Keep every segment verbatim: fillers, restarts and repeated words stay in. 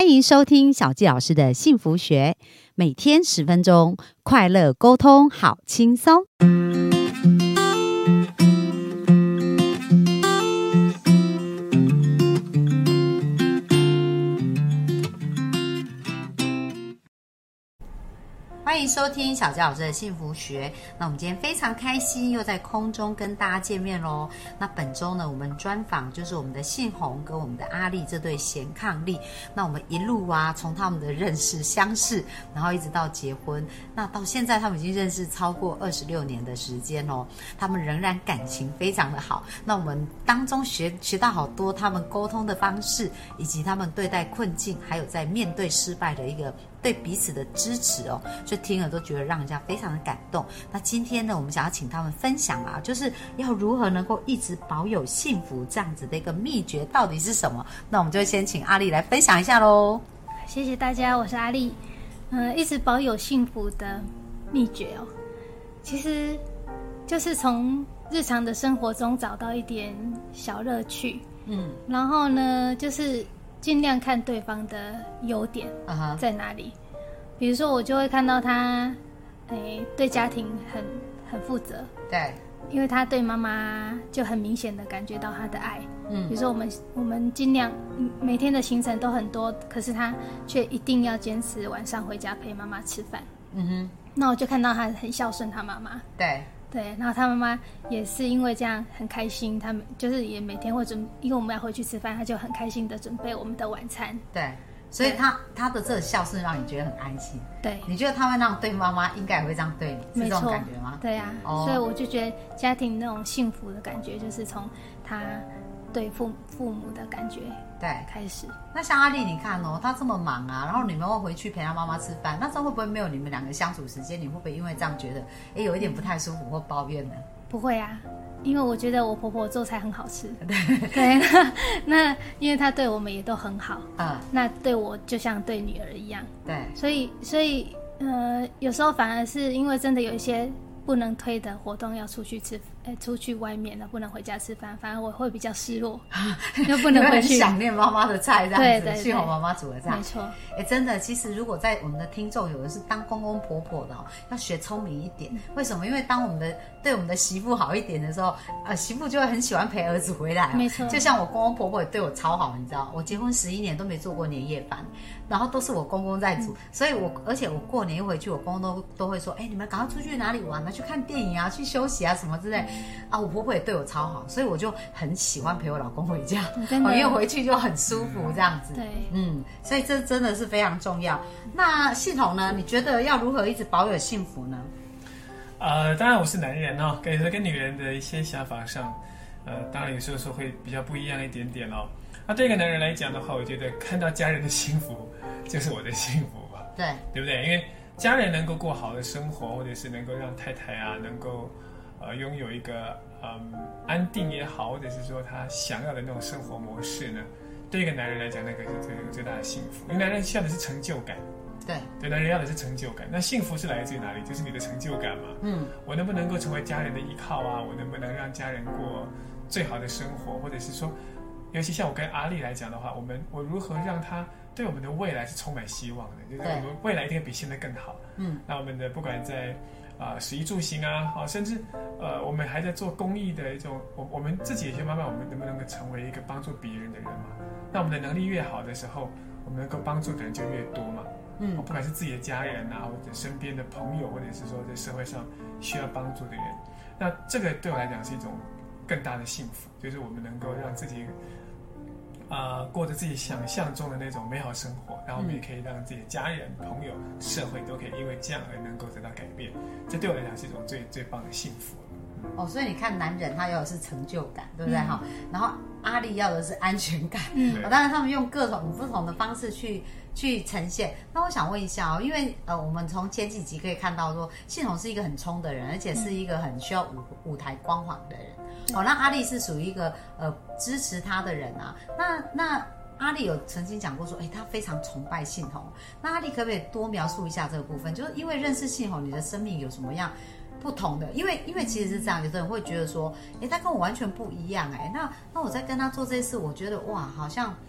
欢迎收听小纪老师的幸福学，每天十分钟，快乐沟通好轻松。欢迎收听小纪老师的幸福学。那我们今天非常开心，又在空中跟大家见面咯。那本周呢，我们专访就是我们的信宏跟我们的阿丽这对贤伉俪。那我们一路啊，从他们的认识、相识，然后一直到结婚，那到现在他们已经认识超过二十六年的时间哦。他们仍然感情非常的好。那我们当中学学到好多他们沟通的方式，以及他们对待困境，还有在面对失败的一个对彼此的支持哦，就听了都觉得让人家非常的感动。那今天呢，我们想要请他们分享啊，就是要如何能够一直保有幸福这样子的一个秘诀到底是什么？那我们就先请阿丽来分享一下咯。 谢谢大家，我是阿丽。嗯，一直保有幸福的秘诀哦，其实就是从日常的生活中找到一点小乐趣，嗯，然后呢，就是尽量看对方的优点在哪里。uh-huh. 比如说我就会看到他诶对家庭很很负责，对，因为他对妈妈就很明显的感觉到他的爱。嗯，比如说我们我们尽量每天的行程都很多，可是他却一定要坚持晚上回家陪妈妈吃饭。嗯哼，那我就看到他很孝顺他妈妈。对对，然后他妈妈也是因为这样很开心，他们就是也每天会准，因为我们要回去吃饭，他就很开心的准备我们的晚餐。对， 所以他他的这个孝顺让你觉得很安心。对，你觉得他会那样对妈妈，应该也会这样对你，是这种感觉吗？ 对啊、哦，所以我就觉得家庭那种幸福的感觉，就是从他对父父母的感觉对开始。 那像阿丽，你看哦，他这么忙啊，然后你们会回去陪他妈妈吃饭，那这样会不会没有你们两个相处时间？你会不会因为这样觉得，哎，有一点不太舒服或抱怨呢？ 不会啊，因为我觉得我婆婆做菜很好吃。对对，那, 那因为她对我们也都很好，嗯，那对我就像对女儿一样。对，所以所以呃，有时候反而是因为真的有一些不能推的活动要出去吃，呃，出去外面了，不能回家吃饭，反而我会比较失落，又不能回去， 很想念妈妈的菜，这样子， 对对对， 信宏妈妈煮的菜， 没错。 哎，真的，其实如果在我们的听众有的是当公公婆婆的哦，要学聪明一点。为什么？因为当我们的对我们的媳妇好一点的时候，呃，媳妇就会很喜欢陪儿子回来、哦，没错。就像我公公婆婆也对我超好，你知道，我结婚十一年都没做过年夜饭，然后都是我公公在煮，嗯、所以我而且我过年一回去，我公公都都会说，哎，你们赶快出去哪里玩啊？去看电影啊，去休息啊，什么之类。啊，我婆婆也对我超好，所以我就很喜欢陪我老公回家，因为回去就很舒服这样子。对，嗯，所以这真的是非常重要。那信宏呢？你觉得要如何一直保有幸福呢？ 呃，当然我是男人哦，跟跟女人的一些想法上，呃，当然有时候说会比较不一样一点点哦。那对一个男人来讲的话，我觉得看到家人的幸福就是我的幸福吧。对，对不对？因为家人能够过好的生活，或者是能够让太太啊能够呃拥有一个嗯安定也好，或者是说他想要的那种生活模式呢，对一个男人来讲，那个是最最大的幸福。因为男人需要的是成就感。对，对，男人要的是成就感。那幸福是来自于哪里？就是你的成就感嘛。嗯，我能不能够成为家人的依靠啊？我能不能让家人过最好的生活？或者是说，尤其像我跟阿丽来讲的话，我们我如何让他对我们的未来是充满希望的？就是我们未来一定会比现在更好。嗯，那我们的不管在啊、呃、食衣住行啊，啊甚至呃我们还在做公益的一种，我我们自己也去慢慢，我们能不能够成为一个帮助别人的人嘛？那我们的能力越好的时候，我们能够帮助的人就越多嘛。嗯，不管是自己的家人啊，或者身边的朋友，或者是说在社会上需要帮助的人，那这个对我来讲是一种更大的幸福，就是我们能够让自己啊、呃、过着自己想象中的那种美好生活，然后我们也可以让自己的家人、朋友、社会都可以因为这样而能够得到改变，这对我来讲是一种最最棒的幸福。 哦，所以你看，男人他要的是成就感，对不对哈、嗯？然后阿丽要的是安全感。嗯，哦、当然他们用各种不同的方式去去呈现。那我想问一下哦，因为呃，我们从前几集可以看到说，信宏是一个很冲的人，而且是一个很需要舞舞台光环的人。嗯、哦，那阿丽是属于一个呃支持他的人啊。那那阿丽有曾经讲过说，哎，他非常崇拜信宏。那阿丽可不可以多描述一下这个部分？就是因为认识信宏，你的生命有什么样不同的？因为因为其实是这样，有的人会觉得说，哎，他跟我完全不一样，哎，那那我在跟他做这些事，我觉得哇，好像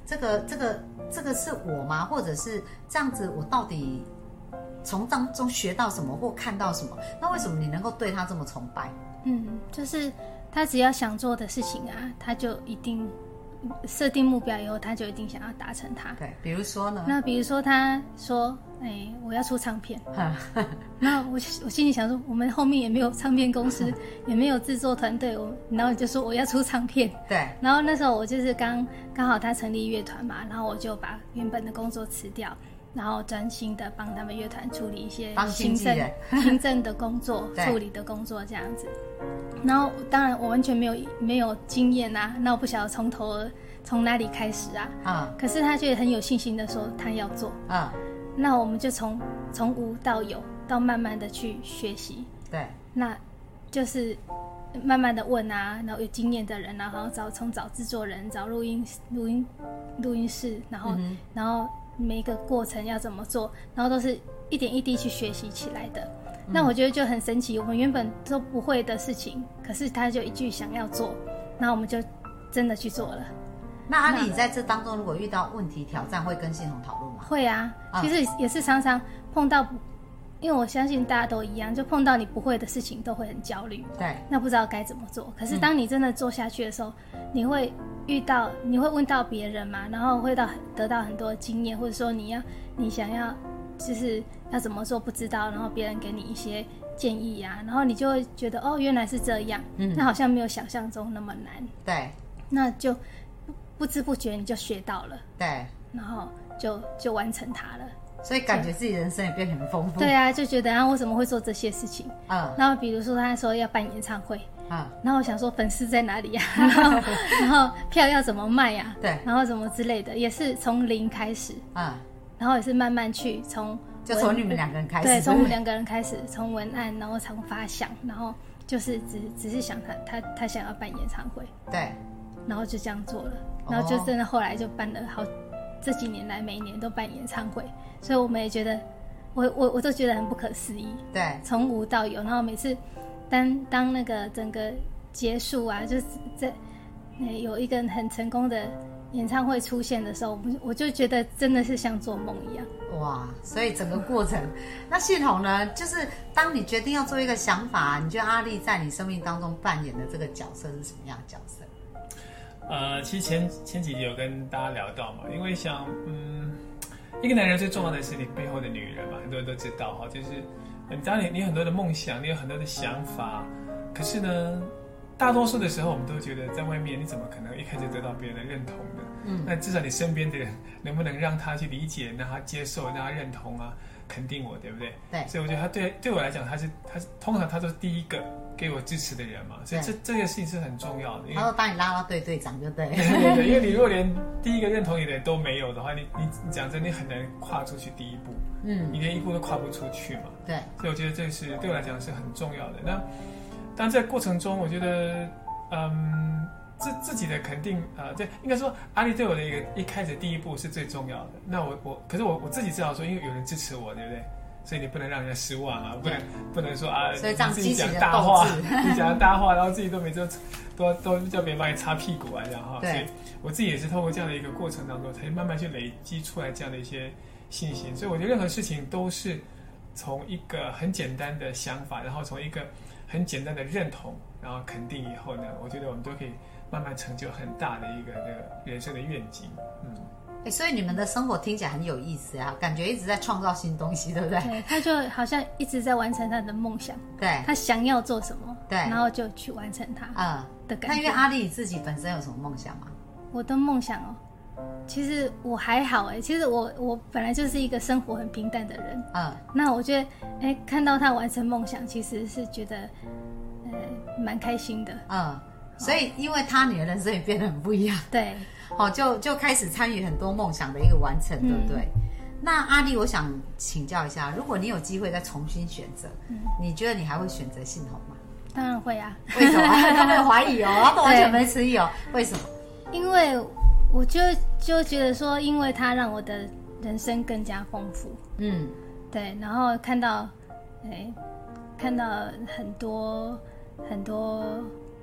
这个这个这个是我吗？或者是这样子，我到底从当中学到什么或看到什么？那为什么你能够对他这么崇拜？ 嗯，就是他只要想做的事情啊，他就一定设定目标以后，他就一定想要达成它。 对，比如说呢？ 那比如说他说：“哎，我要出唱片。”那我我心里想说，我们后面也没有唱片公司，也没有制作团队，我然后你就说我要出唱片。 对。 然后那时候我就是刚刚好他成立乐团嘛，然后我就把原本的工作辞掉。然后专心的帮他们乐团处理一些行政行政的工作处理的工作这样子。然后当然我完全没有没有经验啊，那我不晓得从头从哪里开始啊。嗯。可是他却很有信心的说他要做。嗯。那我们就从从无到有，到慢慢的去学习。 对。 那就是慢慢的问啊，然后有经验的人啊，然后找从找制作人，找录音录音录音室，然后、嗯、然后。每一个过程要怎么做，然后都是一点一滴去学习起来的。嗯、那我觉得就很神奇，我们原本都不会的事情，可是他就一句想要做，那我们就真的去做了。 那阿丽，你在这当中如果遇到问题挑战，会跟信宏讨论吗？ 会啊，其实也是常常碰到，因为我相信大家都一样，就碰到你不会的事情都会很焦虑。 对， 那不知道该怎么做。可是当你真的做下去的时候，嗯、你会。遇到你会问到别人嘛，然后会到得到很多经验，或者说你要你想要就是要怎么做不知道，然后别人给你一些建议啊，然后你就会觉得哦原来是这样，嗯，那好像没有想象中那么难， 对， 那就不知不觉你就学到了， 对， 然后就就完成它了。 所以感觉自己人生也变得很丰富。 对啊，就觉得啊，我怎么会做这些事情？嗯，然后比如说他说要办演唱会，嗯，然后我想说粉丝在哪里呀、啊？然后然后票要怎么卖呀、啊？ 对， 然后什么之类的，也是从零开始，嗯，然后也是慢慢去从就从你们两个人开始， 对，从我们两个人开始，从文案，然后从发想，然后就是只只是想他他他想要办演唱会， 对， 然后就这样做了，然后就真的后来就办了好。这几年来每一年都办演唱会，所以我们也觉得我我我都觉得很不可思议。 对， 从无到有，然后每次当当那个整个结束啊，就是在有一个很成功的演唱会出现的时候，我我就觉得真的是像做梦一样。 哇！所以整个过程，那信宏呢，就是当你决定要做一个想法，你觉得阿丽在你生命当中扮演的这个角色是什么样的角色？ 呃，其实前前几集有跟大家聊到嘛，因为想，嗯，一个男人最重要的是你背后的女人嘛，很多人都知道哈，就是，当然你你有很多的梦想，你有很多的想法，可是呢，大多数的时候我们都觉得在外面你怎么可能一开始得到别人的认同的？嗯，那至少你身边的人能不能让他去理解，让他接受，让他认同啊，肯定我，对不对？ 对， 所以我觉得他对对我来讲，他是他是通常他都是第一个给我支持的人嘛，所以这这个事情是很重要的。 他说把你拉到队队长就对了。 对对对，因为你如果连第一个认同你的人都没有的话，你你你讲真，你很难跨出去第一步。嗯，你连一步都跨不出去嘛。 对， 所以我觉得这是对我来讲是很重要的。那当然在过程中，我觉得嗯。自自己的肯定，呃，对，应该说阿丽对我的一个一开始第一步是最重要的。那我我，可是我我自己知道说，因为有人支持我，对不对？所以你不能让人家失望啊，不能不能说啊， 所以这样自己讲大话，你讲大话，然后自己都每次都都都叫别人帮你擦屁股啊，这样哈。所以我自己也是透过这样的一个过程当中，才慢慢去累积出来这样的一些信心。所以我觉得任何事情都是从一个很简单的想法，然后从一个很简单的认同，然后肯定以后呢，我觉得我们都可以慢慢成就很大的一个这个人生的愿景。嗯， 欸，所以你们的生活听起来很有意思啊，感觉一直在创造新东西，对不对？ 对，他就好像一直在完成他的梦想， 对， 他想要做什么， 对， 然后就去完成它，嗯的感觉。 那因为阿丽自己本身有什么梦想吗？ 我的梦想哦，其实我还好哎，其实我我本来就是一个生活很平淡的人，嗯，那我觉得哎，看到他完成梦想，其实是觉得呃蛮开心的， 嗯。所以，因为他，你的人生也变得很不一样。 对， 哦，就就开始参与很多梦想的一个完成，对不对？嗯，那阿丽，我想请教一下，如果你有机会再重新选择，嗯，你觉得你还会选择信宏吗？ 当然会啊。 为什么？他没有怀疑哦，他完全没迟疑哦。为什么？ 因为我就就觉得说，因为他让我的人生更加丰富。嗯，对，然后看到，哎，看到很多很多。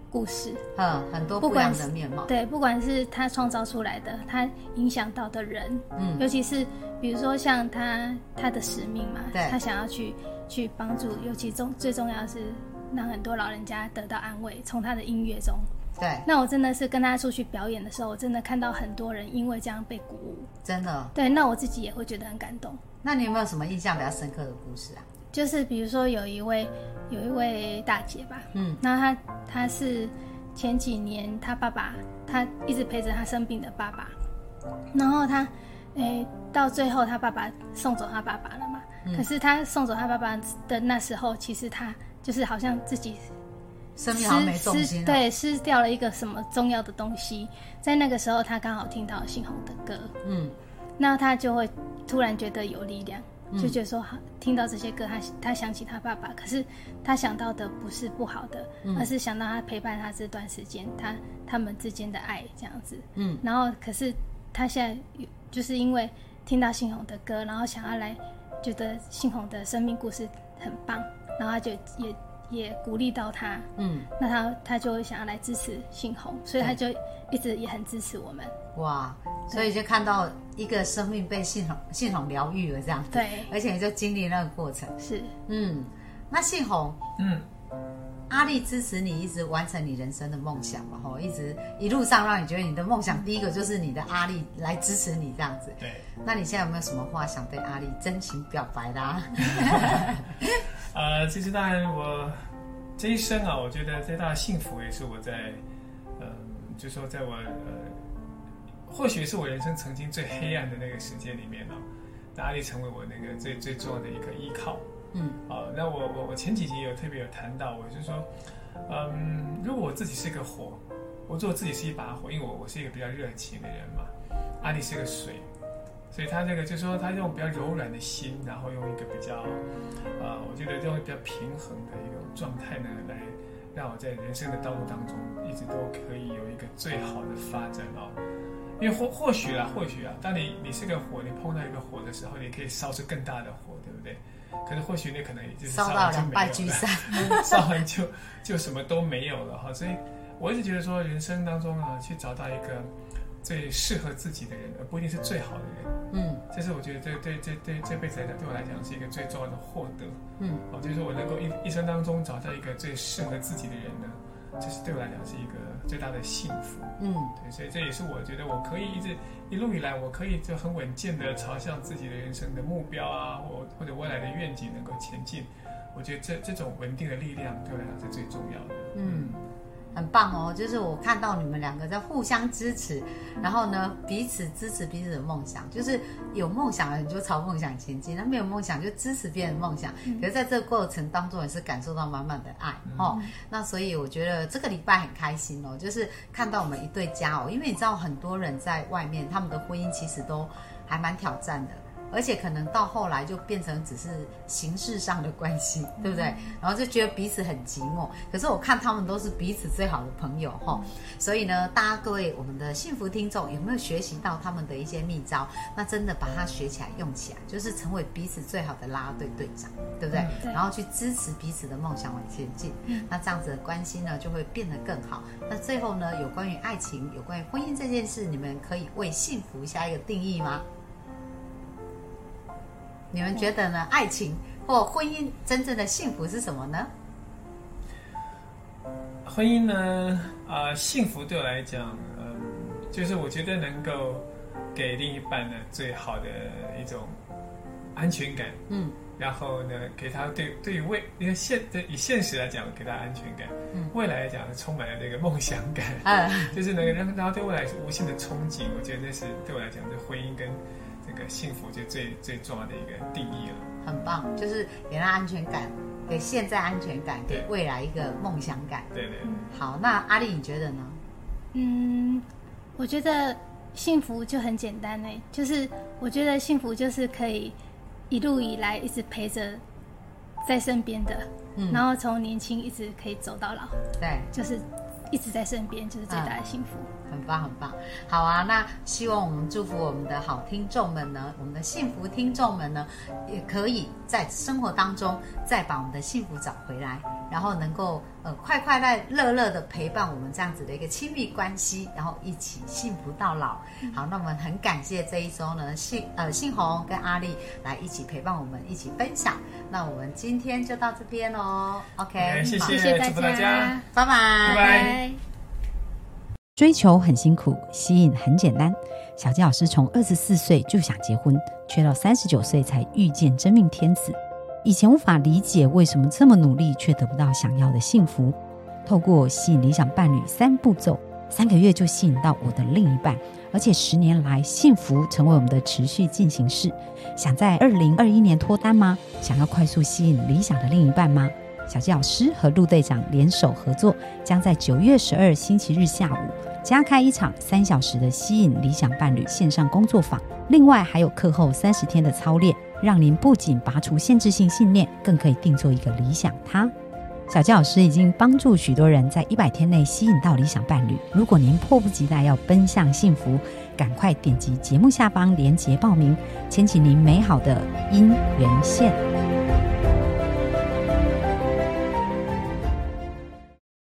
故事， 嗯，很多不一样的面貌。 对，不管是他创造出来的，他影响到的人，嗯，尤其是比如说像他他的使命嘛， 对， 他想要去去帮助，尤其重最重要的是让很多老人家得到安慰，从他的音乐中。 对， 那我真的是跟他出去表演的时候，我真的看到很多人因为这样被鼓舞， 真的。 对，那我自己也会觉得很感动。 那你有没有什么印象比较深刻的故事啊？ 就是比如说有一位有一位大姐吧，嗯，那她她是前几年她爸爸，她一直陪着她生病的爸爸，然后她，诶，到最后她爸爸送走她爸爸了嘛，嗯，可是她送走她爸爸的那时候，其实她就是好像自己生命好像没重心了， 对，失掉了一个什么重要的东西，在那个时候她刚好听到信宏的歌，嗯，那她就会突然觉得有力量。就觉得说听到这些歌，他他想起他爸爸，可是他想到的不是不好的，嗯，而是想到他陪伴他这段时间，他他们之间的爱这样子，嗯，然后可是他现在就是因为听到信宏的歌，然后想要来觉得信宏的生命故事很棒，然后他就也也鼓励到他，嗯，那他他就会想要来支持信宏，所以他就一直也很支持我们。 哇，所以就看到一个生命被信宏信宏疗愈了这样子， 对， 而且你就经历那个过程， 是， 嗯，那信宏，嗯，阿力支持你一直完成你人生的梦想嘛，吼，一直一路上让你觉得你的梦想第一个就是你的阿力来支持你这样子， 对， 那你现在有没有什么话想对阿力真情表白的啊？ 呃，其实当然我这一生啊，我觉得最大的幸福也是我在，呃，就说在我呃。或许是我人生曾经最黑暗的那个时间里面哦，那阿力成为我那个最最重要的一个依靠。嗯，啊，那我我我前几集有特别有谈到，我就说，嗯，如果我自己是一个火，我做自己是一把火，因为我我是一个比较热情的人嘛，阿力是个水，所以他这个就说他用比较柔软的心，然后用一个比较，呃，我觉得用比较平衡的一种状态呢，来让我在人生的道路当中一直都可以有一个最好的发展哦。因为或或许啦，或许啊，当你你是个火，你碰到一个火的时候，你可以烧出更大的火，对不对？可是或许你可能也就是烧到两败俱散， 烧完就就什么都没有了哈。所以我一直觉得说，人生当中啊，去找到一个最适合自己的人，而不一定是最好的人。嗯，这是我觉得对对对对这辈子来讲，对我来讲是一个最重要的获得。嗯，哦，就是说我能够一一生当中找到一个最适合自己的人呢。这是对我来讲是一个最大的幸福，嗯，对，所以这也是我觉得我可以一直一路以来，我可以就很稳健的朝向自己的人生的目标啊，或或者未来的愿景能够前进。我觉得这这种稳定的力量对我来讲是最重要的，嗯。 很棒哦，就是我看到你们两个在互相支持，然后呢彼此支持彼此的梦想，就是有梦想的人就朝梦想前进，那没有梦想就支持别人的梦想，嗯，可是在这个过程当中也是感受到满满的爱，嗯，哦，那所以我觉得这个礼拜很开心哦，就是看到我们一对家哦，因为你知道很多人在外面他们的婚姻其实都还蛮挑战的，而且可能到后来就变成只是形式上的关系，对不对？然后就觉得彼此很寂寞。可是我看他们都是彼此最好的朋友哈，所以呢，大家各位我们的幸福听众有没有学习到他们的一些秘招？那真的把它学起来用起来，就是成为彼此最好的啦啦队队长，对不对？嗯，对。然后去支持彼此的梦想往前进，嗯，那这样子的关系呢就会变得更好。那最后呢，有关于爱情、有关于婚姻这件事，你们可以为幸福下一个定义吗？你们觉得呢？爱情或婚姻真正的幸福是什么呢？ 婚姻呢，啊、呃，幸福对我来讲，嗯，就是我觉得能够给另一半呢最好的一种安全感，嗯，然后呢，给他对对于未因为现以现实来讲，给他安全感，嗯，未来来讲充满了这个梦想感，嗯，就是能够让他对未来是无限的憧憬。我觉得这是对我来讲，这婚姻跟这个幸福就最最重要的一个定义了。 很棒，就是给他安全感，给现在安全感，给未来一个梦想感。 对对对。 好，那阿丽你觉得呢？ 嗯，我觉得幸福就很简单诶，就是我觉得幸福就是可以一路以来一直陪着在身边的，嗯，然后从年轻一直可以走到老， 对， 就是一直在身边，就是最大的幸福。 嗯，很棒很棒。好啊，那希望我们祝福我们的好听众们呢，我们的幸福听众们呢，也可以在生活当中再把我们的幸福找回来， 然后能够呃快快乐乐乐的陪伴我们这样子的一个亲密关系，然后一起幸福到老。好，那我们很感谢这一周呢，信呃信宏跟阿丽来一起陪伴我们，一起分享。那我们今天就到这边喽 ，OK， 谢谢， 谢谢祝福大家， 拜拜， 拜拜。 追求很辛苦，吸引很简单。小纪老师从二十四岁就想结婚，却到三十九岁才遇见真命天子。以前无法理解为什么这么努力却得不到想要的幸福。透过吸引理想伴侣三步骤，三个月就吸引到我的另一半，而且十年来幸福成为我们的持续进行式。想在二零二一年脱单吗？想要快速吸引理想的另一半吗？小纪老师和陆队长联手合作，将在九月十二星期日下午加开一场三小时的吸引理想伴侣线上工作坊，另外还有课后三十天的操练，让您不仅拔除限制性信念，更可以定做一个理想他。小纪老师已经帮助许多人在一百天内吸引到理想伴侣。如果您迫不及待要奔向幸福，赶快点击节目下方连结报名，牵起您美好的姻缘线。